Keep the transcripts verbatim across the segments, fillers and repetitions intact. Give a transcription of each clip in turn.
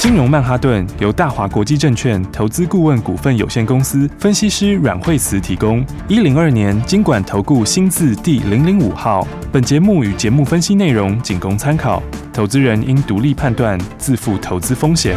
金融曼哈顿由大华国际证券投资顾问股份有限公司分析师阮惠慈提供。一零二年金管投顾新字第零零五号。本节目与节目分析内容仅供参考，投资人应独立判断，自负投资风险。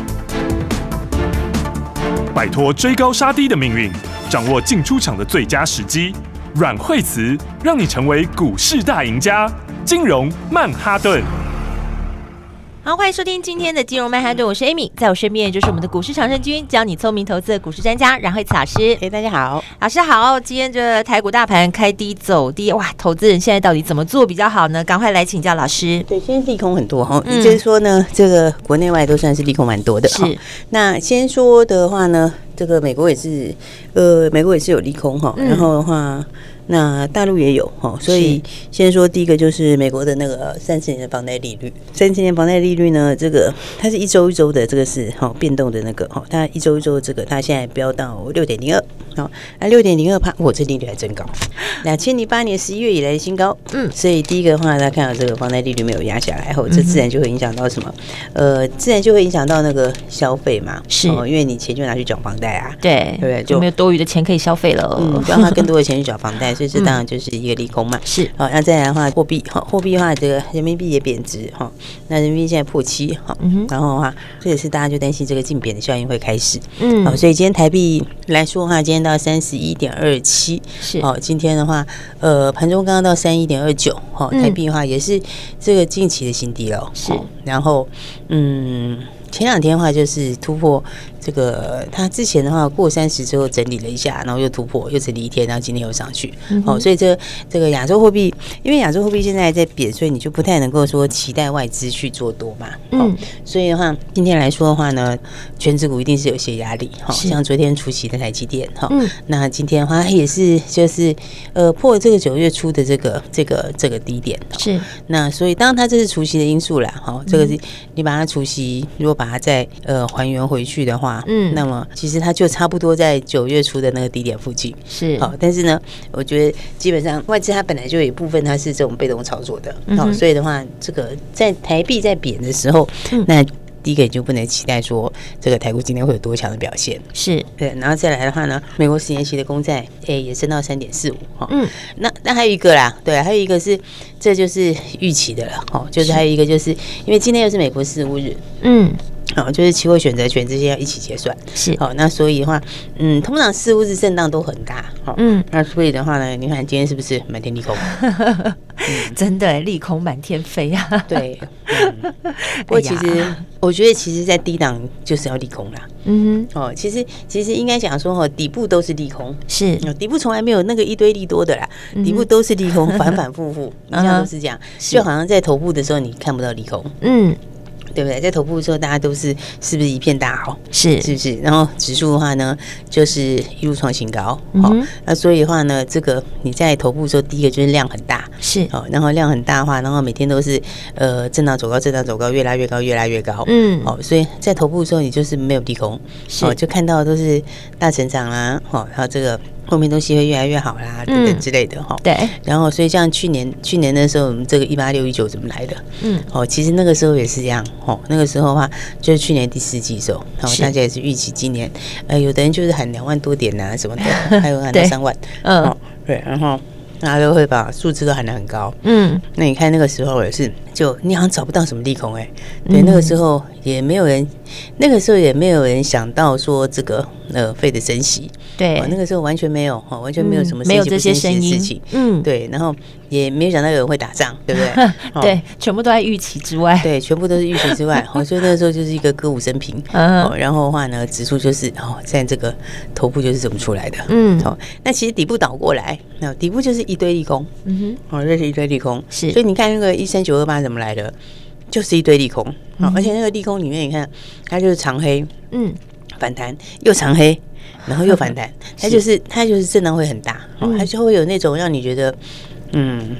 摆脱追高杀低的命运，掌握进出场的最佳时机。阮惠慈让你成为股市大赢家。金融曼哈顿。 好，欢迎收听今天的金融曼哈顿，我是 Amy， 在我身边就是我们的股市常胜军，教你聪明投资的股市专家阮惠慈老师。 哎，大家好， 老师好。今天这台股大盘开低走低，哇，投资人现在到底怎么做比较好呢？赶快来请教老师。 对，现在利空很多哈，也就是说呢，这个国内外都算是利空蛮多的。是，那先说的话呢，这个美国也是，呃，美国也是有利空哈，然后的话。那大陆也有哈，所以先说第一个就是美国的那个三十年的房贷利率，三十年房贷利率呢，这个它是一周一周的，这个是哈变动的那个哈，它一周一周的这个，它现在飙到六点零二，好，那六点零二帕，我这利率还真高，两千零八年十一月以来的新高，嗯，所以第一个的话，大家看到这个房贷利率没有压下来后，这自然就会影响到什么？呃，自然就会影响到那个消费嘛， 是， 哦，因为你钱就拿去缴房贷啊， 对，对不对？就没有多余的钱可以消费了， 嗯，就让他更多的钱去缴房贷。所以这当然就是一个利空嘛，是好，那再来的话，货币哈，货币的话，这个人民币也贬值哈，那人民币现在破七哈，然后的话，这也是大家就担心这个净贬的效应会开始，嗯，好，所以今天台币来说的话，今天到三十一点二七，是好，今天的话，呃，盘中刚刚到三一点二九，哈，台币的话也是这个近期的新低了，是，然后嗯。前两天的话就是突破这个，它之前的话过三十之后整理了一下，然后又突破，又整理一天，然后今天又上去。嗯、哦，所以这这个亚洲货币，因为亚洲货币现在在贬，所以你就不太能够说期待外资去做多嘛。嗯、哦，所以的话，今天来说的话呢，全指股一定是有些压力。哈、哦，像昨天除息的台积电，哈、哦，嗯、那今天的话也是就是呃破这个九月初的这个这个这个低点。哦、是，那所以当然它这是除息的因素啦。哈、哦，这个是你把它除息，如果把把它再呃还原回去的话，嗯，那么其实它就差不多在九月初的那个低点附近，是好。但是呢，我觉得基本上外资它本来就有一部分它是这种被动操作的，好、嗯，所以的话，这个在台币在贬的时候，嗯、那第一个你就不能期待说这个台股今天会有多强的表现，是对。然后再来的话呢，美国十年期的公债哎也升到三点四五，哈，嗯，那那还有一个啦，对，还有一个是这就是预期的了，哈，就是还有一个就是因为今天又是美国四五日，嗯。好、哦，就是期货选择权这些要一起结算，是好、哦。那所以的话，嗯，通常似乎是震荡都很大，哦、嗯，那所以的话呢，你看今天是不是满天利空？嗯、 真的利空满天飞啊！对， 嗯、不过其实、哎、我觉得，其实，在低档就是要利空啦。嗯哼，哦，其实其实应该讲说，哦，底部都是利空，是、哦、底部从来没有那个一堆利多的啦，嗯、底部都是利空，反反复复，一向都是这样，就好像在头部的时候你看不到利空，嗯。对不对？在头部的时候，大家都是是不是一片大好？是是不是？然后指数的话呢，就是一路创新高。好、嗯哦，那所以的话呢，这个你在头部的时候，第一个就是量很大，是哦，然后量很大的话，然后每天都是呃震荡走高，震荡走高，越拉越高，越拉越高。嗯，哦，所以在头部的时候，你就是没有利空，哦，就看到都是大成长啦，哦，然后这个。后面东西会越来越好啦，等等之类的哈、嗯。对，然后所以像去年去年的时候，我们这个一八六一九怎么来的？嗯，哦，其实那个时候也是这样哦。那个时候的话，就是去年第四季的时候，然后大家也是预期今年，呃，有的人就是喊两万多点啊什么的，还有喊到三万，嗯、哦，对，然后大家都会把数字都喊得很高。嗯，那你看那个时候也是，就你好像找不到什么利空哎、欸，对，嗯、那个时候也没有人，那个时候也没有人想到说这个呃费的升息。对、哦，那个时候完全没有，哦，完全没有什么升息不升息的事情，嗯，对，然后也没有想到有人会打仗，对不对？ 哦、对，全部都在预期之外， 对，全部都是预期之外，哦，所以那个时候就是一个歌舞升平，嗯、哦，然后的话呢，指数就是哦，在这个头部就是这么出来的，嗯，好、哦，那其实底部倒过来，那底部就是一堆利空，嗯哼，哦，这是一堆利空，是，所以你看那个一三九二八怎么来的，就是一堆利空，嗯、哦，而且那个利空里面，你看它就是长黑，嗯，反弹又长黑。然后又反弹，它就是它就是震荡会很大，哦，它就会有那种让你觉得，嗯，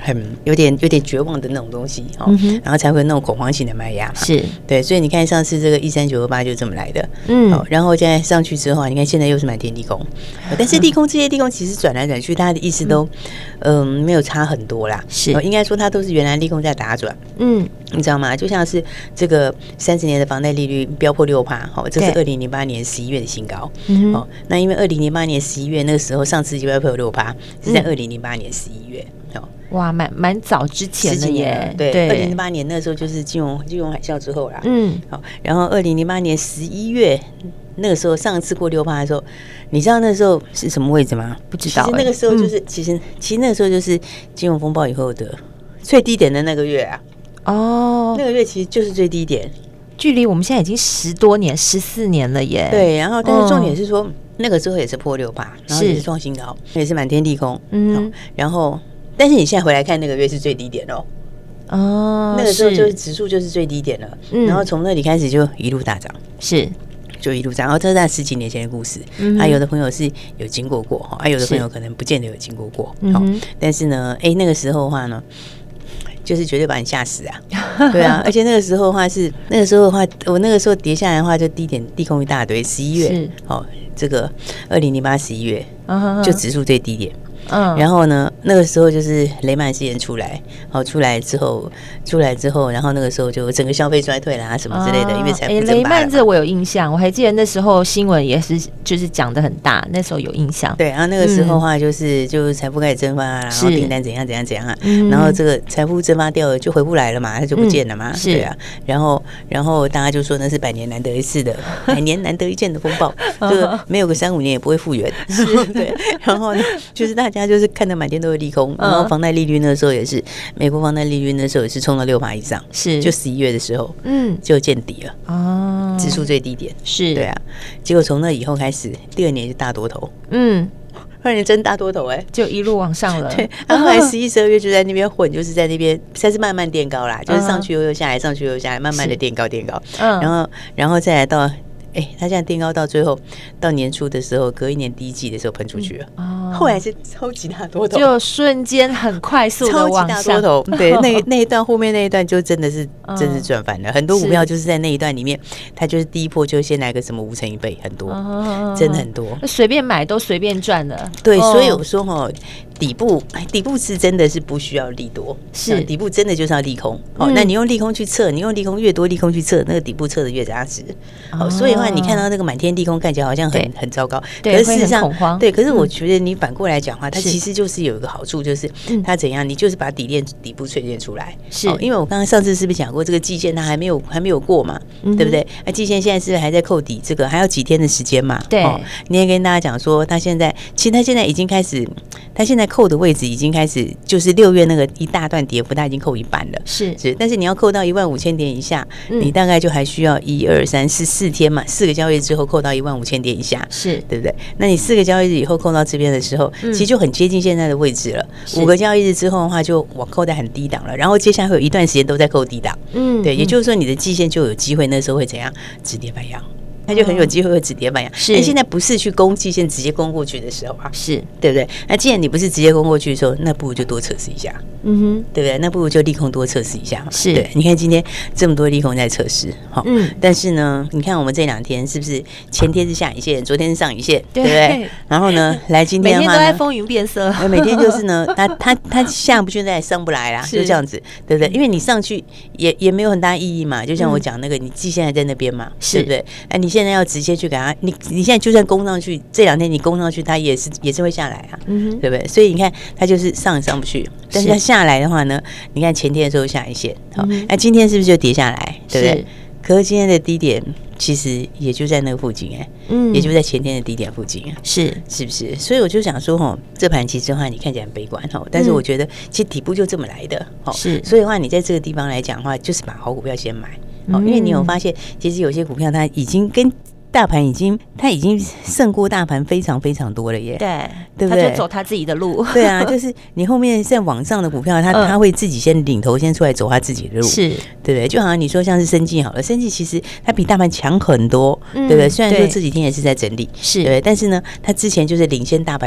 很有点有点绝望的那种东西哦，嗯、然后才会有那种恐慌性的卖压嘛。 是对，所以你看上次这个一三九二八就这么来的，嗯，哦，然后现在上去之后，你看现在又是满天利空，嗯、但是利空这些利空其实转来转去，它的意思都嗯、呃、没有差很多啦， 是、 哦，应该说它都是原来利空在打转，嗯，你知道吗？就像是这个三十年的房贷利率飙破六趴，哦，这是二零零八年十一月的新高，嗯、哦，那因为二零零八年十一月那个时候上次就飙破六趴，是在二零零八年十一月。 哇，蛮蛮早之前的耶， 对，二零零八年那时候就是金融金融海啸之后啦，嗯，好，然后二零零八年十一月那个时候上次过六趴的时候，你知道那时候是什么位置吗？ 不知道、欸， 其实那个时候就是，嗯、其实其实那个时候就是金融风暴以后的最低点的那个月啊，哦，那个月其实就是最低点， 距离我们现在已经十多年、十四年了耶， 对，然后但是重点是说、哦、那个时候也是破六趴，然后也是创新高，也是满天利空，嗯，然后。但是你现在回来看那个月是最低点哦，哦，那个时候就是指数就是最低点了，嗯、然后从那里开始就一路大涨， 是就一路涨，然后这是在十几年前的故事，嗯、啊，有的朋友是有经过过哈，啊，有的朋友可能不见得有经过过，好、嗯，但是呢，哎，那个时候的话呢，就是绝对把你吓死啊，对啊，而且那个时候的话是那个时候的话，我那个时候跌下来的话就低点利空一大堆，十一月，哦，这个二零零八十一月就指数最低点。嗯，然后呢，那个时候就是雷曼事件出来，好出来之后，出来之后，然后那个时候就整个消费衰退啦什么之类的，啊、因为财富蒸发了。 雷曼这我有印象，我还记得那时候新闻也是就是讲得很大，那时候有印象。 对，然后那个时候的话就是、嗯、就是财富开始蒸发，然后订单怎样怎样怎样啊，嗯、然后这个财富蒸发掉了就回不来了嘛，它就不见了嘛，嗯、对啊，然后然后大家就说那是百年难得一次的，百年难得一见的风暴，这个没有个三五年也不会复原，是对，然后呢就是大家就是看得满天都是利空，然后房贷利率那时候也是，美国房贷利率那时候也是冲到六趴以上，是就十一月的时候，嗯，就见底了，哦，指数最低点，是对啊，结果从那以后开始，第二年就大多头，嗯，二年真大多头哎、欸， 就一路往上了， 对，然后后来十一、十二月就在那边混，就是在那边，它是慢慢垫高啦，就是上去又又下来，上去又下来，慢慢的垫高垫高，嗯，然后然后再来到。哎、欸，他现在垫高到最后，到年初的时候，隔一年第一季的时候喷出去了，嗯哦、后来是超级大多头， 就瞬间很快速的往上， 超级大多头。对，那那一段后面那一段就真的是、嗯、真是赚翻了，很多股票就是在那一段里面，它就是第一波就先来个什么五成一倍，很多，哦、真的很多， 随便买都随便赚了。 对，哦、所以我说哈。底部，底部是真的是不需要利多，是底部真的就是要利空。好、嗯哦，那你用利空去测，你用利空越多，利空去测，那个底部测的越扎实。好、哦，所以的话，你看到那个满天利空，看起来好像很很糟糕，可是事实上，对，可是我觉得你反过来讲话，它其实就是有一个好处，就是它怎样，你就是把底链底部淬炼出来。是、哦，因为我刚刚上次是不是讲过，这个季线它还没有还没有过嘛，嗯、对不对？那季线现在是不是还在扣底？这个还有几天的时间嘛？对，哦、你也跟大家讲说，它现在其实它现在已经开始，它现在扣的位置已经开始，就是六月那个一大段跌幅，它已经扣一半了。是是，但是你要扣到一万五千点以下，嗯、你大概就还需要一二三四四天嘛，四个交易之后扣到一万五千点以下，是对不对？那你四个交易日以后扣到这边的时候，嗯、其实就很接近现在的位置了。五个交易日之后的话，就往扣在很低档了，然后接下来会有一段时间都在扣低档。嗯，对，也就是说你的季线就有机会，那时候会怎样？止跌反扬。它就很有机会会止跌反扬，是。但现在不是去攻季线直接攻过去的时候啊，是对不对？那既然你不是直接攻过去的时候，那不如就多测试一下，嗯哼，对不对？那不如就利空多测试一下嘛。是，对。你看今天这么多利空在测试，好，嗯。但是呢，你看我们这两天是不是前天是下影线，昨天是上影线，对不对？然后呢，来今天的话每天都在风云变色， 每天就是呢，它它它下不去，再上不来啦，就这样子，对不对？因为你上去也也没有很大意义嘛，就像我讲那个，你季线还在那边嘛，对不对？哎，你现在要直接去给它，你你现在就算攻上去，这两天你攻上去，它也是也是会下来啊，嗯、对不对？所以你看，它就是上也上不去，但是它下来的话呢，你看前天的时候下一线，好，那、嗯啊、今天是不是就跌下来，对不对？可是今天的低点其实也就在那个附近哎、欸，嗯，也就在前天的低点附近，是是不是？所以我就想说哈，这盘其实的话你看起来很悲观哈，但是我觉得其实底部就这么来的，是。所以的话，你在这个地方来讲的话，就是把好股票先买，哦、嗯，因为你有发现，其实有些股票它已经跟大盘已经，它已经胜过大盘非常非常多了耶。对，对不对？ 他就走他自己的路。 对啊，就是你后面在往上的股票，它它会自己先领头，先出来走他自己的路，是，对不对？就好像你说像是生技好了，生技其实它比大盘强很多，嗯、对不对？虽然说这几天也是在整理，是对，但是呢，它之前就是领先大盘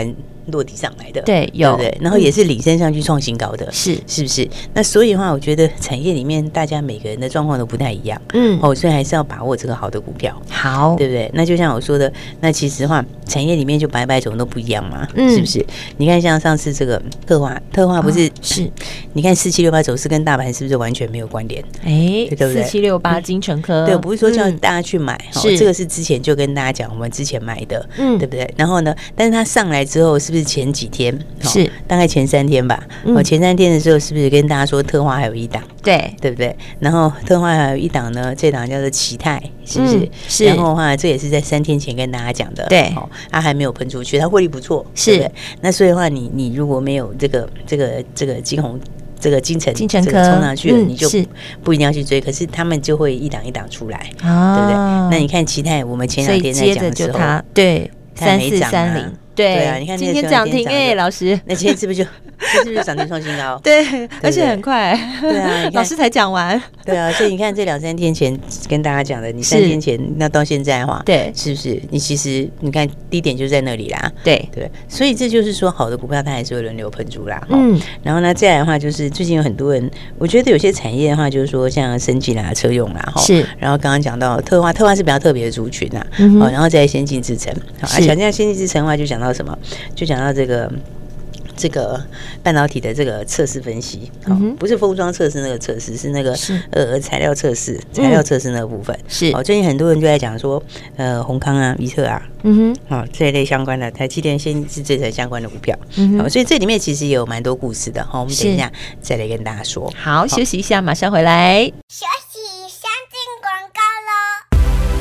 落地上来的， 对，有， 对不对？然后也是领先上去创新高的， 是是不是？那所以的话，我觉得产业里面大家每个人的状况都不太一样，嗯，哦，所以还是要把握这个好的股票， 好， 对不对？那就像我说的，那其实的话，产业里面就百百种都不一样嘛，嗯，是不是？你看像上次这个特化，特化不是、哦、 是， 你看四七六八走势跟大盘是不是完全没有关联？ 哎，对不对？四七六八金城科， 对，不是说叫大家去买，是、哦、这个是之前就跟大家讲，我们之前买的，嗯，对不对？然后呢，但是它上来之后，是不是前几天？是、哦、大概前三天吧。嗯、哦，前三天的时候，是不是跟大家说特化还有一档？ 对， 对不对？然后特化还有一档呢，这档叫做奇泰，是不是？嗯、是。然后的话，这也是在三天前跟大家讲的，对，哦，它还没有喷出去，它获利不错，是对不对？那所以的话，你你如果没有这个这个这个金红。这个金城金城科冲上去了，嗯、你就不一定要去追，可是他们就会一档一档出来，啊、对不对？那你看奇泰，我们前两天在讲的时候， 对，三四三零。对, 对啊，你看今天涨停哎，老师， 那今天是不是就这是不是涨停创新高？ 对，而且很快。 对啊， 老师才讲完。 对啊，所以你看这两三天前跟大家讲的，你三天前那到现在的话，对，是不是？你其实你看低点就在那里啦。对对，所以这就是说，好的股票它还是会轮流喷出啦。嗯，然后呢，再来的话就是最近有很多人，我觉得有些产业的话，就是说像生技啦、车用啦，哈，是。然后刚刚讲到特化，特化是比较特别的族群啊，嗯、哦，然后再先进制程，好，啊，讲这样先进制程的话，就讲到什么？就讲到这个这个半导体的这个测试分析，哦嗯、不是封装测试那个测试，是那个呃材料测试，材料测试那个部分。是哦，最近很多人就在讲说，呃，宏康啊、宜特啊，嗯哼，哦这一类相关的，台积电、先进制程相关的股票。嗯哼，哦，所以这里面其实也有蛮多故事的。好、哦，我们等一下再来跟大家说。 好，休息一下，马上回来。 休息，先进广告喽。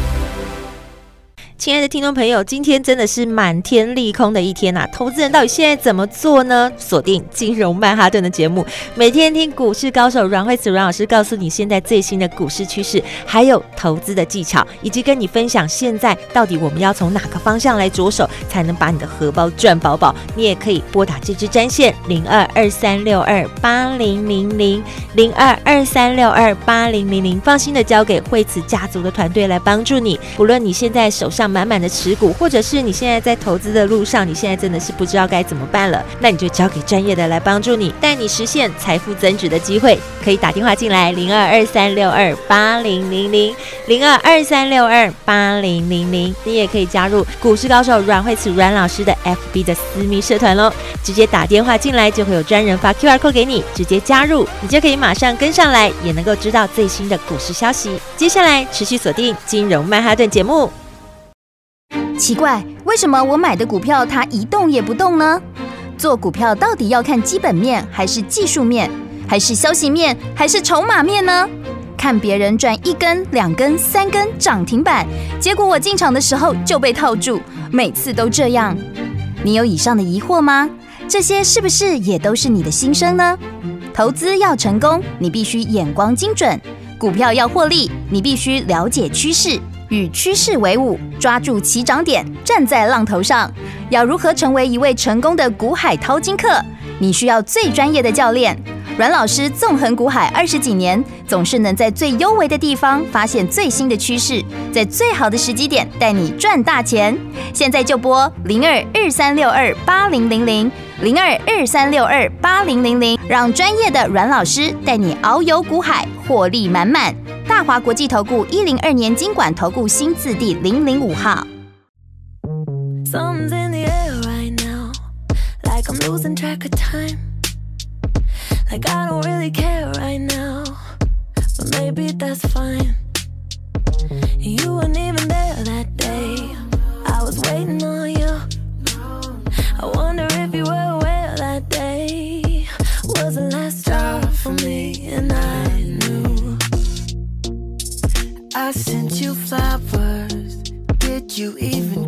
亲爱的听众朋友，今天真的是满天利空的一天啊！投资人到底现在怎么做呢？锁定金融曼哈顿的节目，每天听股市高手阮慧慈阮老师告诉你现在最新的股市趋势，还有投资的技巧，以及跟你分享现在到底我们要从哪个方向来着手，才能把你的荷包赚饱饱。你也可以拨打这支专线零二二三六二八零零零零二二三六二八零零零，放心的交给慧慈家族的团队来帮助你。不论你现在手上满满的持股，或者是你现在在投资的路上，你现在真的是不知道该怎么办了，那你就交给专业的来帮助你，带你实现财富增值的机会。可以打电话进来零二二三六二八零零零零二二三六二八零零零，你也可以加入股市高手阮慧慈阮老师的 F B 的私密社团咯，直接打电话进来就会有专人发 Q R code 给你，直接加入，你就可以马上跟上来，也能够知道最新的股市消息。接下来持续锁定金融曼哈顿节目。 奇怪，为什么我买的股票它一动也不动呢？做股票到底要看基本面，还是技术面，还是消息面，还是筹码面呢？看别人赚一根、两根、三根涨停板，结果我进场的时候就被套住，每次都这样。你有以上的疑惑吗？这些是不是也都是你的心声呢？投资要成功，你必须眼光精准；股票要获利，你必须了解趋势。与趋势为伍，抓住起涨点，站在浪头上。要如何成为一位成功的股海淘金客？你需要最专业的教练。阮老师纵横股海二十几年，总是能在最优微的地方发现最新的趋势，在最好的时机点带你赚大钱。现在就拨零二二三六二八零零零零二二三六二八零零零，让专业的阮老师带你遨游股海，获利满满。大华国际投顾一零二年金管投顾新字第零零五号。Like I'm losing track of time. Like I don't really care right now. But maybe that's fine. You weren't even there that day. I was waiting on you. I wonder if you were aware that day was the last straw for me. And I knew. I sent you flowers. Did you even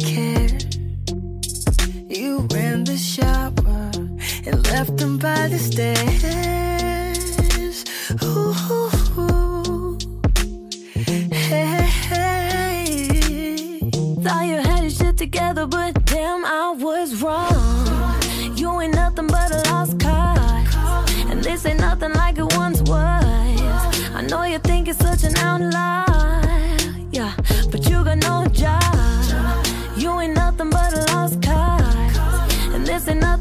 care?You ran the shower and left them by the stairs. Ooh, ooh, ooh. Hey, hey. Thought you had your shit together, but damn, I was wrong. You ain't nothing but a lost cause, and this ain't nothing like it once was. I know you think it's such an outlaw, yeah, but you got no job. You ain't nothing but a lost cause.This ain't nothing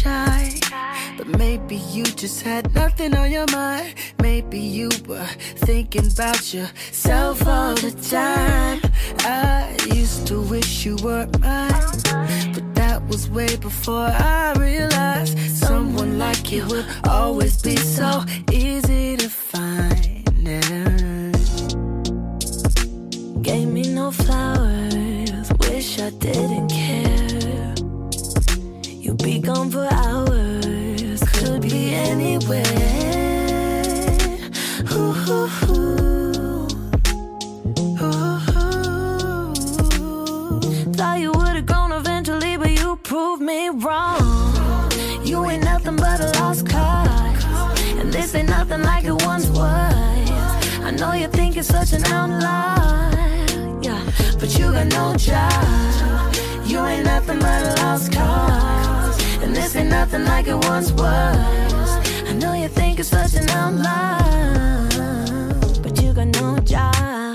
shy, but maybe you just had nothing on your mind. Maybe you were thinking about yourself all the time. I used to wish you were mine, but that was way before I realized someone like you would always be so easy to find. Yeah. Gave me no flowers, wish I didn't care. You'd be gone for hours, could be anywhere. Ooh, ooh, ooh. Ooh, ooh. Thought you would've grown eventually, but you proved me wrong. You ain't nothing but a lost cause, and this ain't nothing like it once was. I know you think you're such an outlaw, yeah, but you got no job. You ain't nothing but a lost cause, and this ain't nothing like it once was. I know you think you're such an outlaw, but you got no job.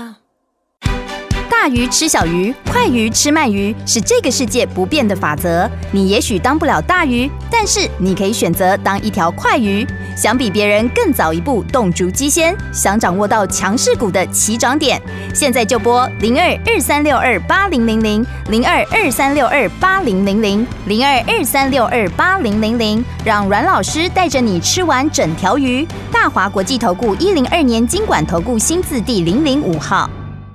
大鱼吃小鱼，快鱼吃慢鱼，是这个世界不变的法则。你也许当不了大鱼，但是你可以选择当一条快鱼。想比别人更早一步动足机先，想掌握到强势股的起涨点，现在就拨零二二三六二八零零零零二二三六二八零零零零二二三六二八零零零，让阮老师带着你吃完整条鱼。大华国际投顾一零二年金管投顾新字第零零五号。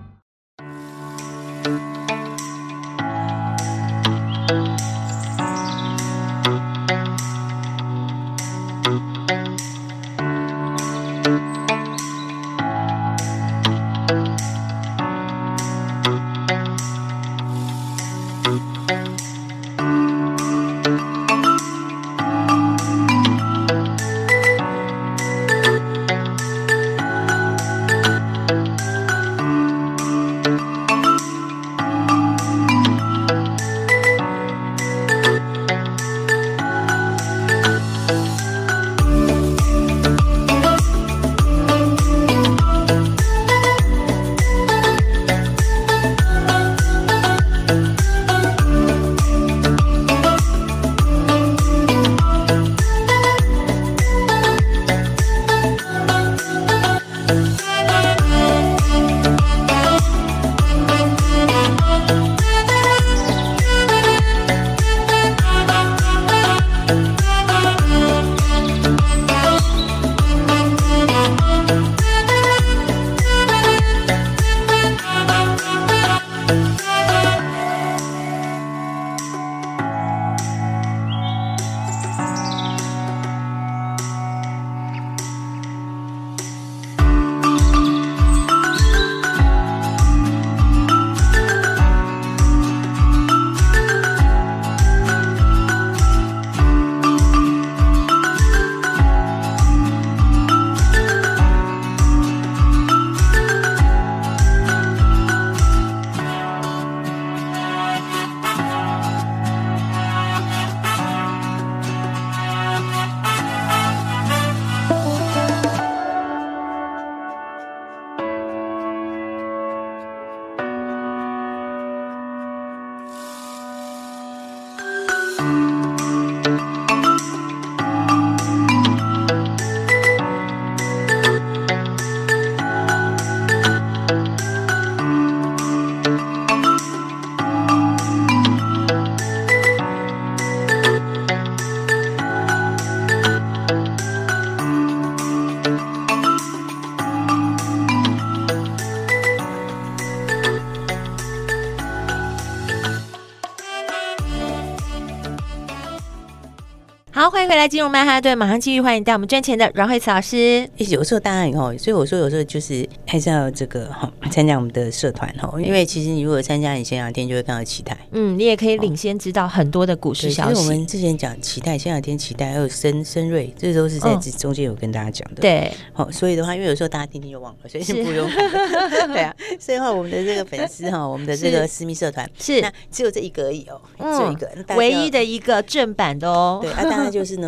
好，欢迎回来金融曼哈顿，马上继续欢迎带我们赚钱的阮慧慈老师。 有时候当然哦，所以我说有时候就是还是要这个哈参加我们的社团哈，因为其实你如果参加，你前两天就会看到期待， 嗯，你也可以领先知道很多的股市消息。 其实我们之前讲期待，前两天期待还有深深瑞，这都是在中间有跟大家讲的。对，好，所以的话，因为有时候大家听听就忘了，所以是不用对啊，所以的话，我们的这个粉丝哈，我们的这个私密社团是那只有这一个而已哦，只有一个， 唯一的一个正版的哦。 对啊，当然就是呢。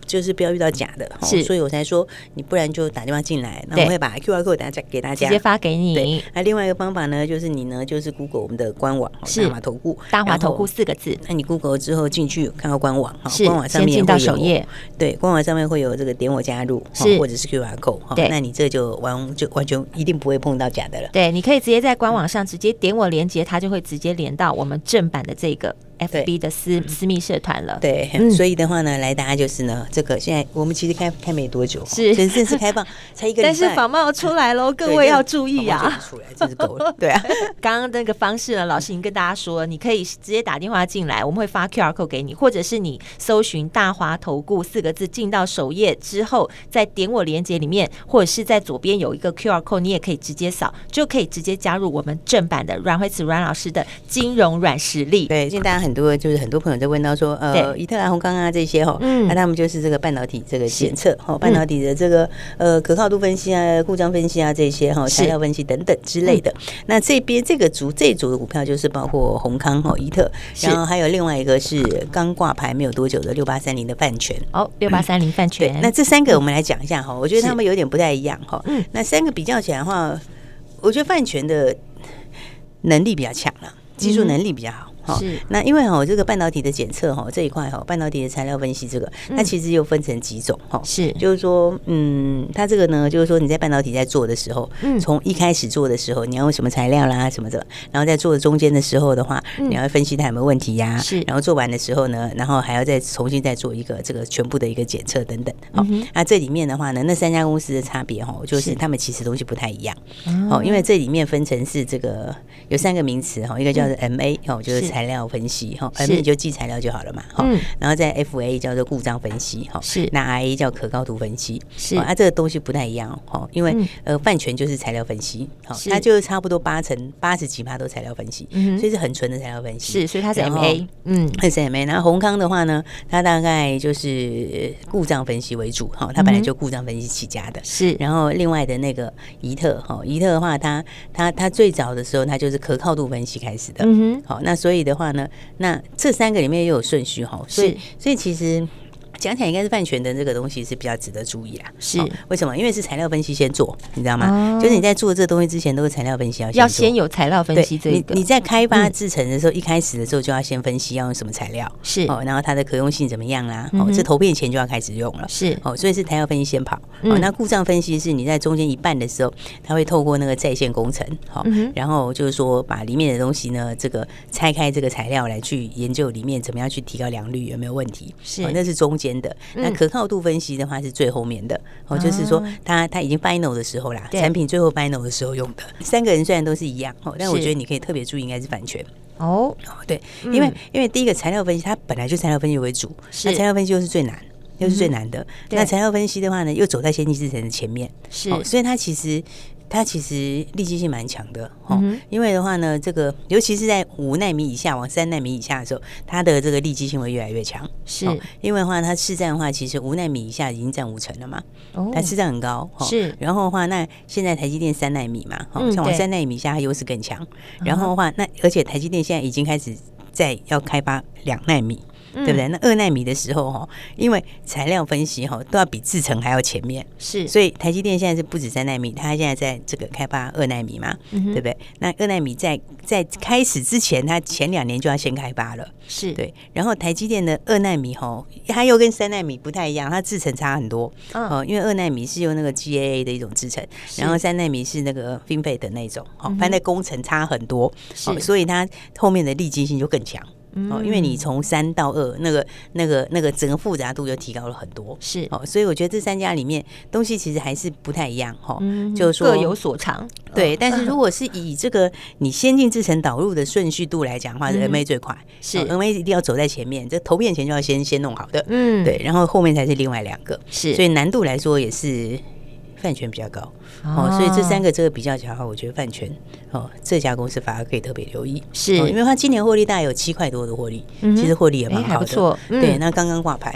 就是不要遇到假的， 是， 所以我才说你不然就打电话进来，那我会把 Q R code 大家给大家直接发给你。 对，那另外一个方法呢，就是你呢就是 Google 我们的官网是大华投顾， 大华投顾四个字。 那你 Google 之后进去看到官网， 是官网上面先进到首页， 对，官网上面会有这个点我加入， 是或者是 Q R code， 对， 那你这就完就完全一定不会碰到假的了。 对，你可以直接在官网上直接点我连接，它就会直接连到我们正版的这个。F B 的私私密社团了， 对、嗯，所以的话呢，来大家就是呢，这个现在我们其实开开没多久， 是正式开放才一个礼拜， 但是仿冒出来喽，各位要注意啊！ 出来真是够了，对啊。 刚刚那个方式呢，老师已经跟大家说了，你可以直接打电话进来，我们会发 Q R code 给你，或者是你搜寻大华投顾四个字，进到首页之后，再点我连结里面，或者是在左边有一个 Q R code， 你也可以直接扫，就可以直接加入我们正版的阮惠慈阮老师的金融软实力。 对，现在大家很多就是很多朋友在问到说，呃，怡特啊、宏康啊这些哈，嗯，那他们就是这个半导体这个检测哈，半导体的这个呃可靠度分析啊、故障分析啊这些哈、材料分析等等之类的。那这边这个组这一组的股票就是包括宏康哈、怡特，然后还有另外一个是刚挂牌没有多久的六八三零的泛全。 哦，六八三零泛全。 对，那这三个我们来讲一下哈，我觉得他们有点不太一样哈。嗯，那三个比较起来的话，我觉得泛全的能力比较强了，技术能力比较好。是，那因为哈这个半导体的检测哈这一块哈，半导体的材料分析这个，它其实又分成几种哈，是，就是说，嗯，它这个呢，就是说你在半导体在做的时候，嗯，从一开始做的时候，你要用什么材料啦什么的，然后在做中间的时候的话，你要分析它有没有问题呀，是，然后做完的时候呢，然后还要再重新再做一个这个全部的一个检测等等，好，那这里面的话呢，那三家公司的差别哈，就是他们其实东西不太一样，哦，因为这里面分成是这个有三个名词哈，一个叫做 M A 哦，就是材料分析哈 ，M 你就记材料就好了嘛，哈、嗯，然后在 F A 叫做故障分析哈，是，那 R A 叫可靠度分析，是，啊，这个东西不太一样哈，因为、嗯、呃泛全就是材料分析，好，它就差不多八成八十几趴都材料分析，嗯、所以是很纯的材料分析， 是，所以它是 M A， 嗯， 它是 M A， 然后宏康的话呢，它大概就是故障分析为主哈，它本来就故障分析起家的，是，然后另外的那个怡特哈，怡特的话，它它它最早的时候它就是可靠度分析开始的，嗯哼，好，那所以的话呢。那这三个里面又有顺序哈，所以所以其实讲起来应该是泛全的这个东西是比较值得注意啦。是、哦、为什么？因为是材料分析先做，你知道吗？哦、就是你在做这个东西之前都是材料分析要先做要先有材料分析这个。 你, 你在开发制程的时候、嗯，一开始的时候就要先分析要用什么材料，是哦，然后它的可用性怎么样啦、啊？哦，这投片前就要开始用了，是哦，所以是材料分析先跑。嗯、哦，那故障分析是你在中间一半的时候，它会透过那个在线工程，好、哦嗯，然后就是说把里面的东西呢，这个拆开这个材料来去研究里面怎么样去提高良率有没有问题，是、哦，那是中间的。嗯、那可可靠度分析的话是最后面的哦，就是说它它已经 final 的时候啦，产品最后 final 的时候用的。三个人虽然都是一样哦，但我觉得你可以特别注意应该是泛全哦。对，嗯、因为因为第一个材料分析它本来就材料分析为主，那材料分析又是最难。又是最难的、嗯。那材料分析的话呢，又走在先进制程的前面，是，哦、所以它其实它其实利基性蛮强的哦、嗯。因为的话呢，这个尤其是在五奈米以下往三奈米以下的时候，它的这个利基性会越来越强。是、哦，因为的话，它市占的话，其实五奈米以下已经占五成了嘛，哦、它市占很高。哦、是，然后的话，那现在台积电三奈米嘛，哦、嗯，像往三奈米以下，它优势更强。然后的话，那而且台积电现在已经开始在要开发两奈米。对不对？那二奈米的时候哈，因为材料分析哈都要比制程还要前面，是，所以台积电现在是不止三奈米，它现在在这个开发二奈米嘛，嗯、对不对？那二奈米在在開始之前，它前两年就要先开发了，是对。然后台积电的二奈米哈，它又跟三奈米不太一样，它制程差很多，哦、嗯，因为二奈米是用那个 G A A 的一种制程，然后三奈米是那个 FinFET 的那种，哦，反正工程差很多，哦，所以它后面的利基性就更强。哦，因为你从三到二，那个、那个、那个整个复杂度就提高了很多，是哦，所以我觉得这三家里面东西其实还是不太一样哈、嗯，就是说各有所长。 对，哦、但是如果是以这个你先进制程导入的顺序度来讲的话，是 M A 最快，是、哦、M A 一定要走在前面，这投片前就要先先弄好的，嗯，对，然后后面才是另外两个，是，所以难度来说也是。泛全比较高哦，所以这三个这个比较起来的话，我觉得泛全哦这家公司反而可以特别留意，是、哦、因为它今年获利大概有七块多的获利，嗯、其实获利也蛮好的，欸、不错、嗯。对，那刚刚挂牌哦，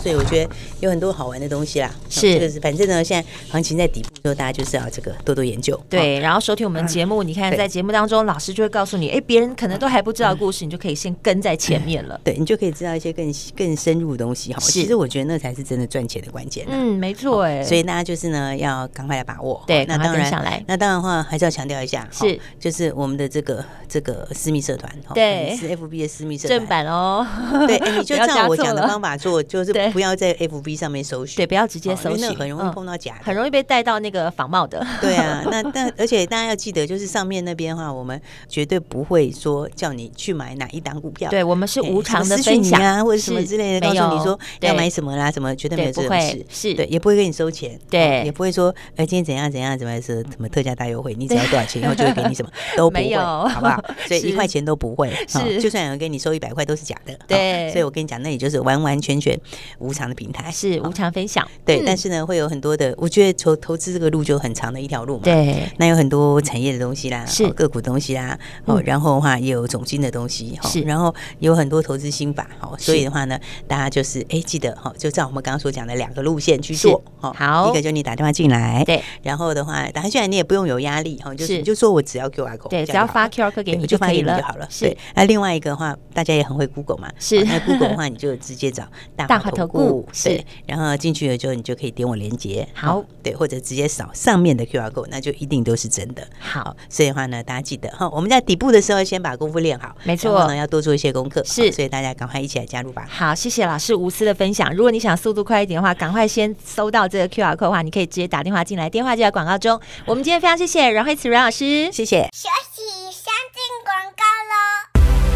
所以我觉得有很多好玩的东西啦。 是， 这个是反正呢，现在行情在底部的时候，大家就是要这个多多研究。 对，然后收听我们节目，你看在节目当中，老师就会告诉你，哎，别人可能都还不知道的故事，你就可以先跟在前面了。 对，你就可以知道一些更更深入的东西哈。其实我觉得那才是真的赚钱的关键。 嗯，没错哎。 所以大家就是呢，要赶快来把握。 对， 那当然上来。 那当然的话，还是要强调一下， 是就是我们的这个这个私密社团， 对， 是 F B 的私密社团正版哦。 对，你就照我讲的方法做，就是不要在 F B 上面搜寻， 对，不要直接搜寻， 很容易碰到假的， 很容易被带到那个仿冒的。 对啊，那但而且大家要记得，就是上面那边的话，我们绝对不会说叫你去买哪一档股票， 对我们是无偿的分享啊，或者什么之类的，告诉你说要买什么啦，什么绝对没有这种事， 是对，也不会跟你收钱， 对， 也不会说呃今天怎样怎样怎么是什么特价大优惠，你只要多少钱以后就会给你什么，都不会，好不好？所以一块钱都不会， 是， 就算有人给你收一百块都是假的， 对， 所以我跟你讲，那里就是完完全全无偿的平台， 是无偿分享， 对，但是呢会有很多的，我觉得投投资这个路就很长的一条路嘛， 对， 那有很多产业的东西啦， 是个股东西啦，哦，然后的话也有总经的东西， 是， 然后有很多投资心法，好，所以的话呢，大家就是哎记得哈，就照我们刚刚所讲的两个路线去做， 好， 一个就你打电话进来， 对， 然后的话打电话进来你也不用有压力哈，就是你就说我只要 Q R code， 对，只要发 Q R code 给你就可以了， 就好了，对。那另外一个的话，大家也很会 Google 嘛， 是， 那 Google 的话你就直接找大华投顾，对，然后进去了之后你就可以点我连结， 好， 对，或者直接扫上面的 Q R code， 那就一定都是真的， 好， 所以的话呢，大家记得哈，我们在底部的时候先把功夫练好， 没错， 然后呢要多做一些功课， 是， 所以大家赶快一起来加入吧。 好，谢谢老师无私的分享。如果你想速度快一点的话，赶快先搜到这个 Q R code 的话，你可以直接打电话进来，电话就在广告中。我们今天非常谢谢阮慧慈阮老师， 谢谢。 休息，先进广告喽。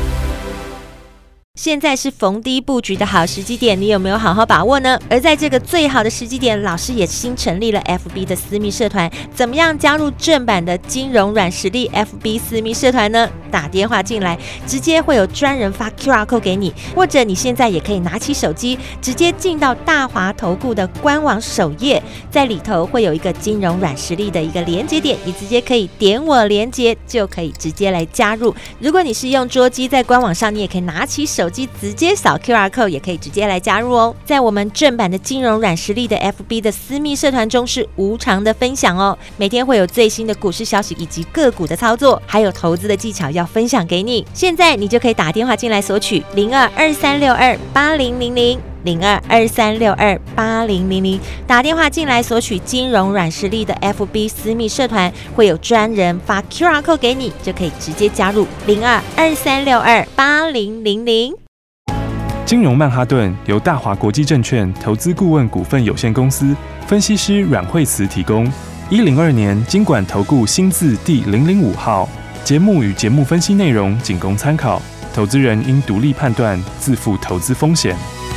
现在是逢低布局的好时机点，你有没有好好把握呢？而在这个最好的时机点，老师也新成立了 F B 的私密社团，怎么样加入正版的金融软实力 F B 私密社团呢？打电话进来，直接会有专人发 Q R code 给你，或者你现在也可以拿起手机，直接进到大华投顾的官网首页，在里头会有一个金融软实力的一个连结点，你直接可以点我连结，就可以直接来加入。如果你是用桌机，在官网上你也可以拿起手机直接扫 Q R code， 也可以直接来加入哦。在我们正版的金融软实力的 F B 的私密社团中是无偿的分享哦，每天会有最新的股市消息以及个股的操作，还有投资的技巧要分享给你。现在你就可以打电话进来索取零二二三六二八零零零。零二二三六二八零零零，打电话进来索取金融软实力的 F B 私密社团，会有专人发 Q R code 给你，就可以直接加入零二二三六二八零零零。 金融曼哈顿由大华国际证券投资顾问股份有限公司分析师阮慧慈提供。一零二年金管投顾新字第零零五号。节目与节目分析内容仅供参考，投资人应独立判断，自负投资风险。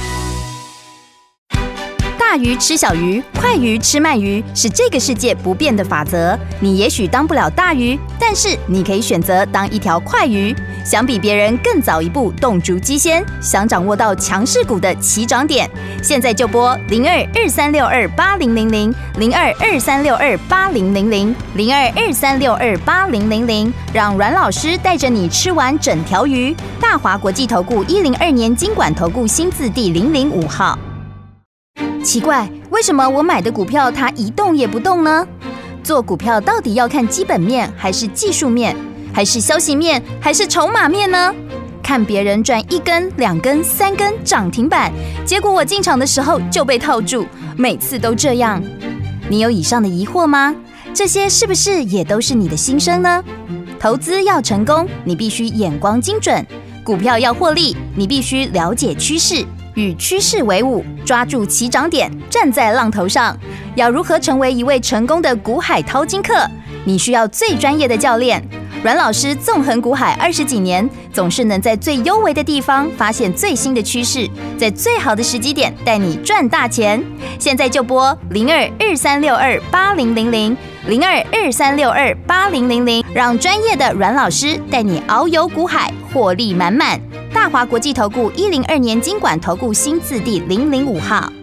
大鱼吃小鱼，快鱼吃慢鱼，是这个世界不变的法则。你也许当不了大鱼，但是你可以选择当一条快鱼。想比别人更早一步动足机先，想掌握到强势股的起涨点，现在就拨零二二三六二八零零零零二二三六二八零零零零二二三六二八零零零，让阮老师带着你吃完整条鱼。大华国际投顾一零二年金管投顾新字第零零五号。奇怪，为什么我买的股票它一动也不动呢？做股票到底要看基本面，还是技术面，还是消息面，还是筹码面呢？看别人赚一根、两根、三根涨停板，结果我进场的时候就被套住，每次都这样。你有以上的疑惑吗？这些是不是也都是你的心声呢？投资要成功，你必须眼光精准；股票要获利，你必须了解趋势。与趋势为伍，抓住起涨点，站在浪头上。要如何成为一位成功的股海淘金客？你需要最专业的教练。阮老师纵横股海二十几年，总是能在最优微的地方发现最新的趋势，在最好的时机点带你赚大钱。现在就拨零二二三六二八零零零零二二三六二八零零零，让专业的阮老师带你遨游股海，获利满满。大华国际投顾一零二年金管投顾新字第零零五号。